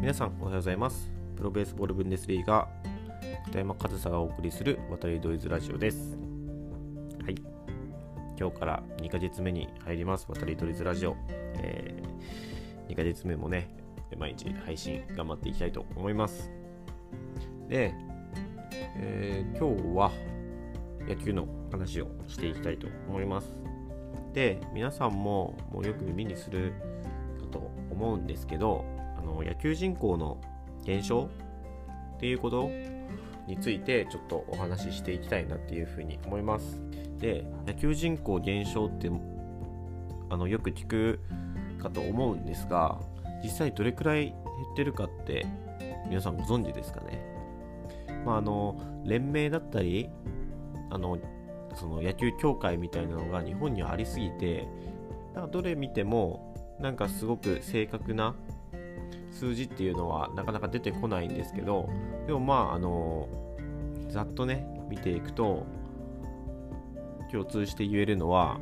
皆さんおはようございます。プロベースボールブンデスリーガ片山和沙がお送りする渡りドイズラジオです。はい、今日から2ヶ月目に入ります渡りドイズラジオ、2ヶ月目もね毎日配信頑張っていきたいと思います。で、今日は野球の話をしていきたいと思います。で、皆さんもよく耳にするかと思うんですけど、野球人口の減少っていうことについてちょっとお話ししていきたいなっていうふうに思います。で、野球人口減少ってよく聞くかと思うんですが、実際どれくらい減ってるかって皆さんご存知ですかね。連盟だったりその野球協会みたいなのが日本にはありすぎて、どれ見てもすごく正確な数字っていうのはなかなか出てこないんですけど、でもざっとね見ていくと共通して言えるのは、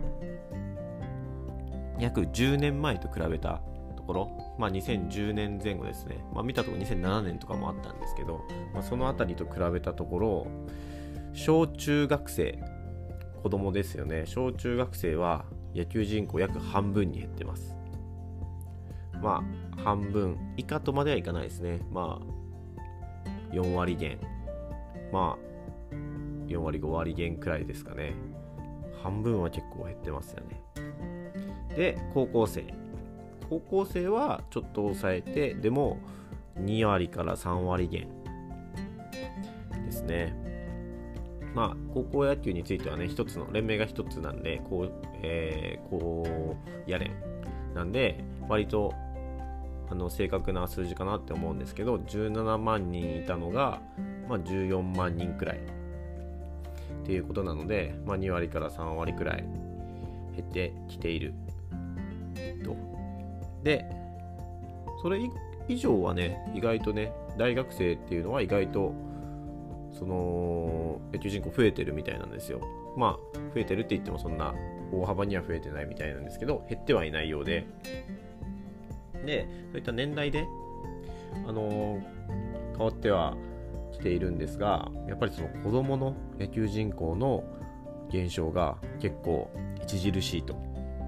約10年前と比べたところ、2010年前後ですね、見たところ2007年とかもあったんですけど、そのあたりと比べたところ、小中学生、子供ですよね、小中学生は野球人口約半分に減ってます。半分以下とまではいかないですね。4割減、4割5割減くらいですかね。半分は結構減ってますよね。で、高校生はちょっと抑えて、でも2割から3割減ですね。高校野球についてはね、一つの連盟が一つなんで、高野連なんで割と正確な数字かなって思うんですけど、17万人いたのが、14万人くらいっていうことなので、2割から3割くらい減ってきていると。で、それ以上はね、意外とね、大学生っていうのは意外とその野球人口増えてるみたいなんですよ。増えてるって言ってもそんな大幅には増えてないみたいなんですけど、減ってはいないようで、そういった年代で、変わってはきているんですが、やっぱりその子どもの野球人口の減少が結構著しいと。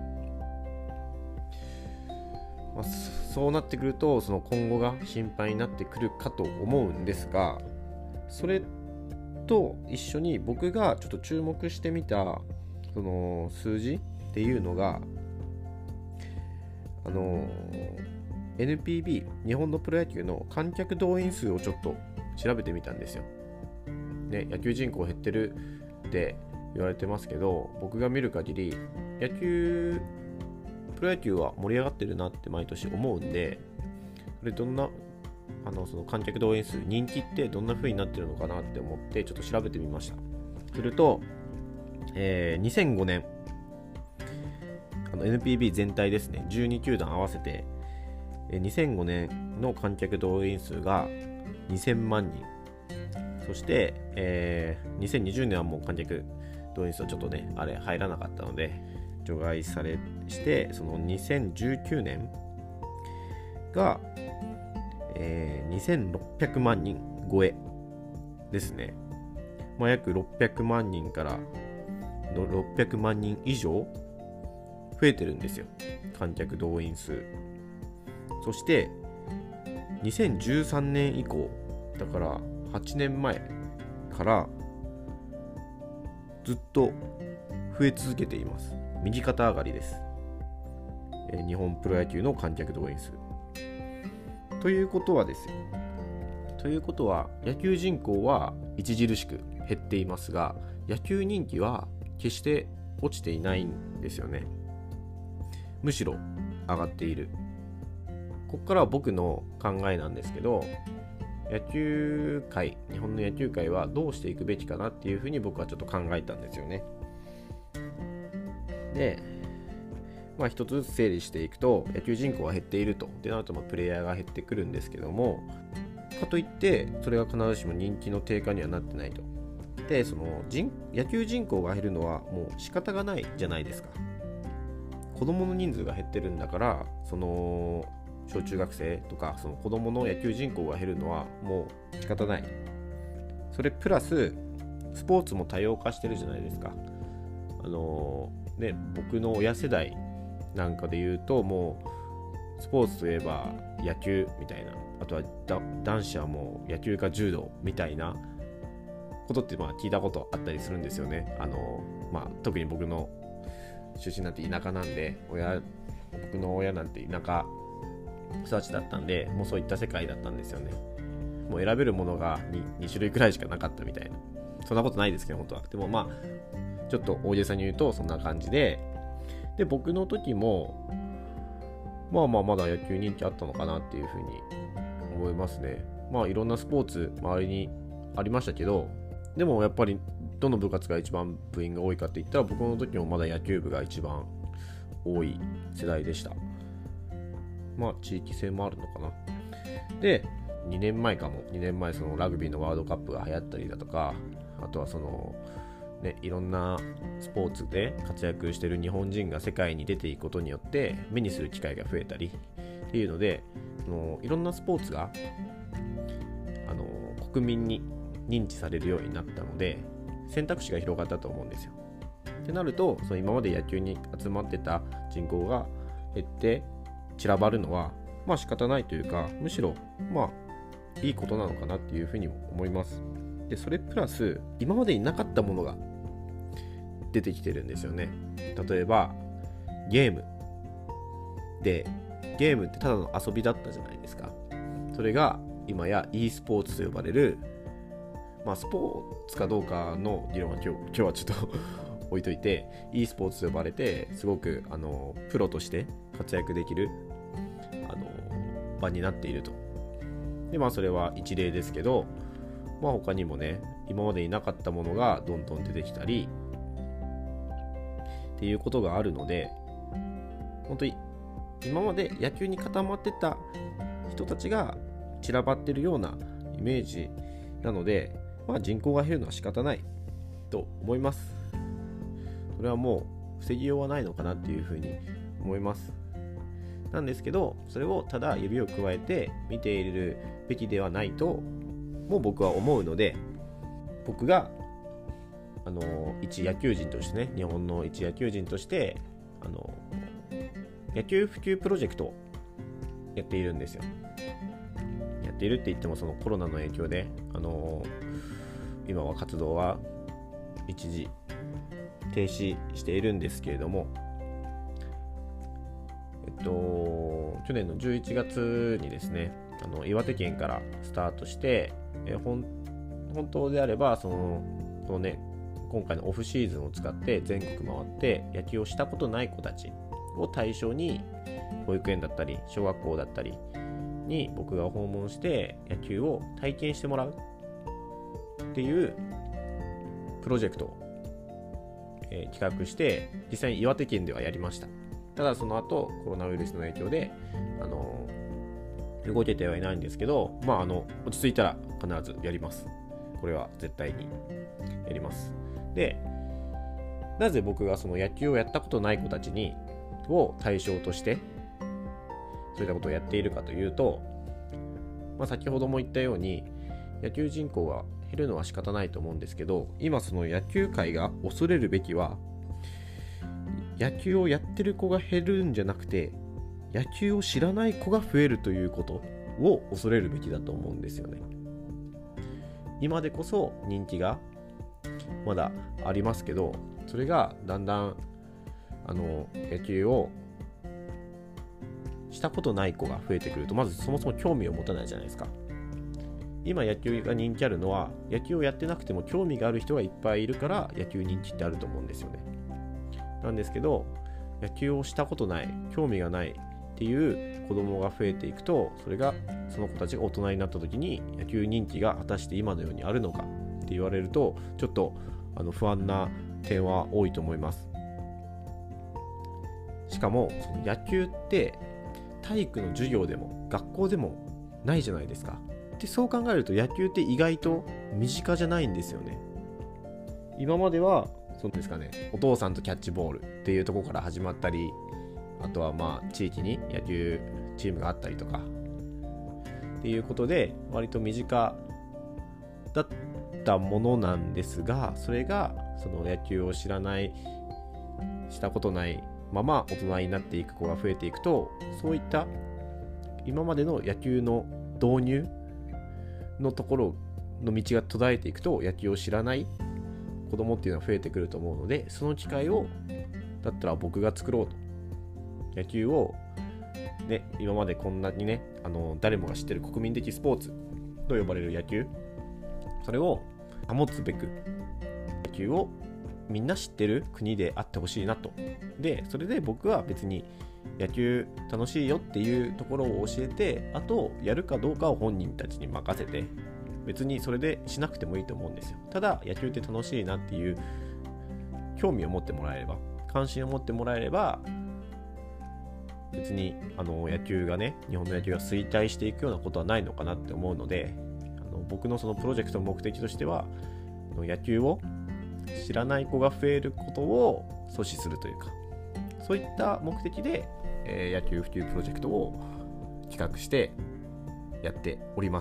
そうなってくると、その今後が心配になってくるかと思うんですが、それと一緒に僕がちょっと注目してみたその数字っていうのが、NPB 日本のプロ野球の観客動員数をちょっと調べてみたんですよ。ね、野球人口減ってるって言われてますけど、僕が見る限りプロ野球は盛り上がってるなって毎年思うんで、これどんなその観客動員数、人気ってどんな風になってるのかなって思ってちょっと調べてみました。すると、2005年NPB 全体ですね、12球団合わせて2005年の観客動員数が2000万人。そして、2020年はもう観客動員数はちょっとね入らなかったので除外されして、その2019年が、2600万人超えですね。約600万人から600万人以上増えてるんですよ、観客動員数。そして2013年以降、だから8年前からずっと増え続けています。右肩上がりです。日本プロ野球の観客動員数。ということは野球人口は著しく減っていますが、野球人気は決して落ちていないんですよね。むしろ上がっている。ここからは僕の考えなんですけど、日本の野球界はどうしていくべきかなっていうふうに僕はちょっと考えたんですよね。で、一つずつ整理していくと、野球人口は減っていると。でなるとプレイヤーが減ってくるんですけども、かといってそれが必ずしも人気の低下にはなってないと。で、その野球人口が減るのはもう仕方がないじゃないですか。子供の人数が減ってるんだから、その小中学生とかその子供の野球人口が減るのはもう仕方ない。それプラススポーツも多様化してるじゃないですか。僕の親世代なんかで言うと、もうスポーツといえば野球みたいな、あとは男子はもう野球か柔道みたいなことって聞いたことあったりするんですよね。特に僕の出身なんて田舎なんで、僕の親なんて田舎育ちだったんで、もうそういった世界だったんですよね。もう選べるものが 2種類くらいしかなかったみたいな。そんなことないですけど本当は。でもちょっと大げさに言うとそんな感じで、僕の時もまだ野球人気あったのかなっていうふうに思いますね。いろんなスポーツ周りにありましたけど、でもやっぱりどの部活が一番部員が多いかって言ったら、僕の時もまだ野球部が一番多い世代でした。地域性もあるのかな。で、2年前そのラグビーのワールドカップが流行ったりだとか、あとはそのいろんなスポーツで活躍している日本人が世界に出ていくことによって目にする機会が増えたりっていうので、いろんなスポーツが国民に認知されるようになったので、選択肢が広がったと思うんですよ。ってなると、その今まで野球に集まってた人口が減って散らばるのは仕方ないというか、むしろいいことなのかなっていうふうに思います。で、それプラス今までになかったものが出てきてるんですよね。例えばゲームってただの遊びだったじゃないですか。それが今や e スポーツと呼ばれる、スポーツかどうかの議論は今日はちょっと置いといて、 e スポーツと呼ばれてすごくプロとして活躍できる場になっていると。でそれは一例ですけど、他にもね、今までになかったものがどんどん出てきたりっていうことがあるので、本当に今まで野球に固まってた人たちが散らばってるようなイメージなので、人口が減るのは仕方ないと思います。それはもう防ぎようはないのかなっていうふうに思います。なんですけど、それをただ指を加えて見ているべきではないとも僕は思うので、僕が一野球人としてね、日本の一野球人として野球普及プロジェクトをやっているんですよ。やっているって言っても、そのコロナの影響で今は活動は一時停止しているんですけれども、去年の11月にですね、岩手県からスタートして、本当であれば今回のオフシーズンを使って全国回って野球をしたことない子たちを対象に、保育園だったり小学校だったりに僕が訪問して野球を体験してもらうっていうプロジェクトを、企画して実際に岩手県ではやりました。ただその後コロナウイルスの影響で動けてはいないんですけど、落ち着いたら必ずやります。これは絶対にやります。で、なぜ僕がその野球をやったことない子たちを対象としてそういったことをやっているかというと、先ほども言ったように野球人口が減るのは仕方ないと思うんですけど、今その野球界が恐れるべきは、野球をやってる子が減るんじゃなくて、野球を知らない子が増えるということを恐れるべきだと思うんですよね。今でこそ人気がまだありますけど、それがだんだん野球をしたことない子が増えてくると、まずそもそも興味を持たないじゃないですか。今野球が人気あるのは、野球をやってなくても興味がある人がいっぱいいるから野球人気ってあると思うんですよね。なんですけど、野球をしたことない、興味がないっていう子供が増えていくと、その子たちが大人になった時に野球人気が果たして今のようにあるのかって言われると、ちょっと不安な点は多いと思います。しかもその野球って体育の授業でも学校でもないじゃないですか。で、そう考えると野球って意外と身近じゃないんですよね。今まではそうですかね、お父さんとキャッチボールっていうところから始まったり、あとは地域に野球チームがあったりとかっていうことで割と身近だったものなんですが、それがその野球をしたことないまま大人になっていく子が増えていくと、そういった今までの野球の導入のところの道が途絶えていくと、野球を知らない子供っていうのは増えてくると思うので、その機会をだったら僕が作ろうと。野球をね、今までこんなにね、誰もが知ってる国民的スポーツと呼ばれる野球、それを保つべく野球をみんな知ってる国であってほしいなと。でそれで僕は別に野球楽しいよっていうところを教えて、あとやるかどうかを本人たちに任せて、別にそれでしなくてもいいと思うんですよ。ただ野球って楽しいなっていう興味を持ってもらえれば、関心を持ってもらえれば、別に野球がね、日本の野球が衰退していくようなことはないのかなって思うので、僕のそのプロジェクトの目的としては、野球を知らない子が増えることを阻止するというか、そういった目的で、野球普及プロジェクトを企画してやっております、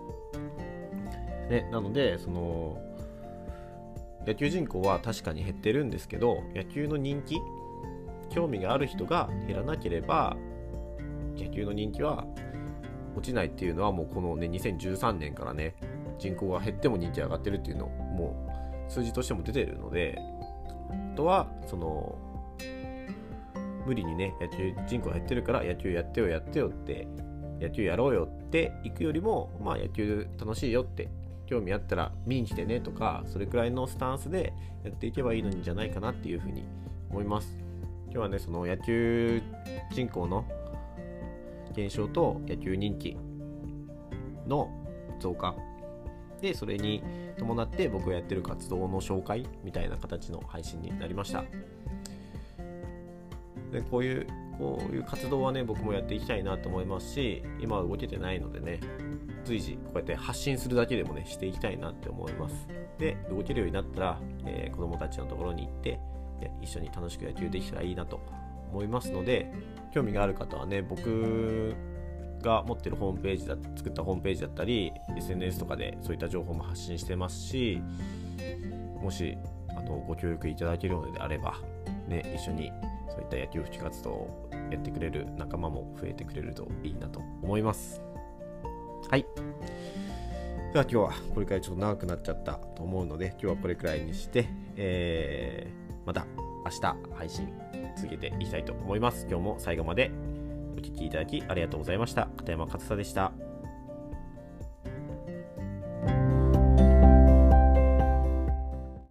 ね、なのでその野球人口は確かに減ってるんですけど、野球の人気、興味がある人が減らなければ野球の人気は落ちないっていうのは、もうこのね2013年からね、人口が減っても人気上がってるっていうのもう数字としても出てるので、あとはその無理にね、野球人口が減ってるから野球やってよって、野球やろうよって行くよりも、野球楽しいよって、興味あったら見に来てねとか、それくらいのスタンスでやっていけばいいのにじゃないかなっていうふうに思います。今日はね、その野球人口の減少と野球人気の増加で、それに伴って僕がやってる活動の紹介みたいな形の配信になりました。でこういう活動はね、僕もやっていきたいなと思いますし、今は動けてないのでね、随時こうやって発信するだけでもね、していきたいなって思います。で動けるようになったら、子供たちのところに行って一緒に楽しく野球できたらいいなと思いますので、興味がある方はね、僕が持ってるホームページ作ったホームページだったり SNS とかでそういった情報も発信してますし、もしご協力いただけるのであればね、一緒にそういった野球普及活動をやってくれる仲間も増えてくれるといいなと思います。はい、では今日はこれくらいちょっと長くなっちゃったと思うので、今日はこれくらいにして、また明日配信続けていきたいと思います。今日も最後までお聞きいただきありがとうございました。片山勝久でした。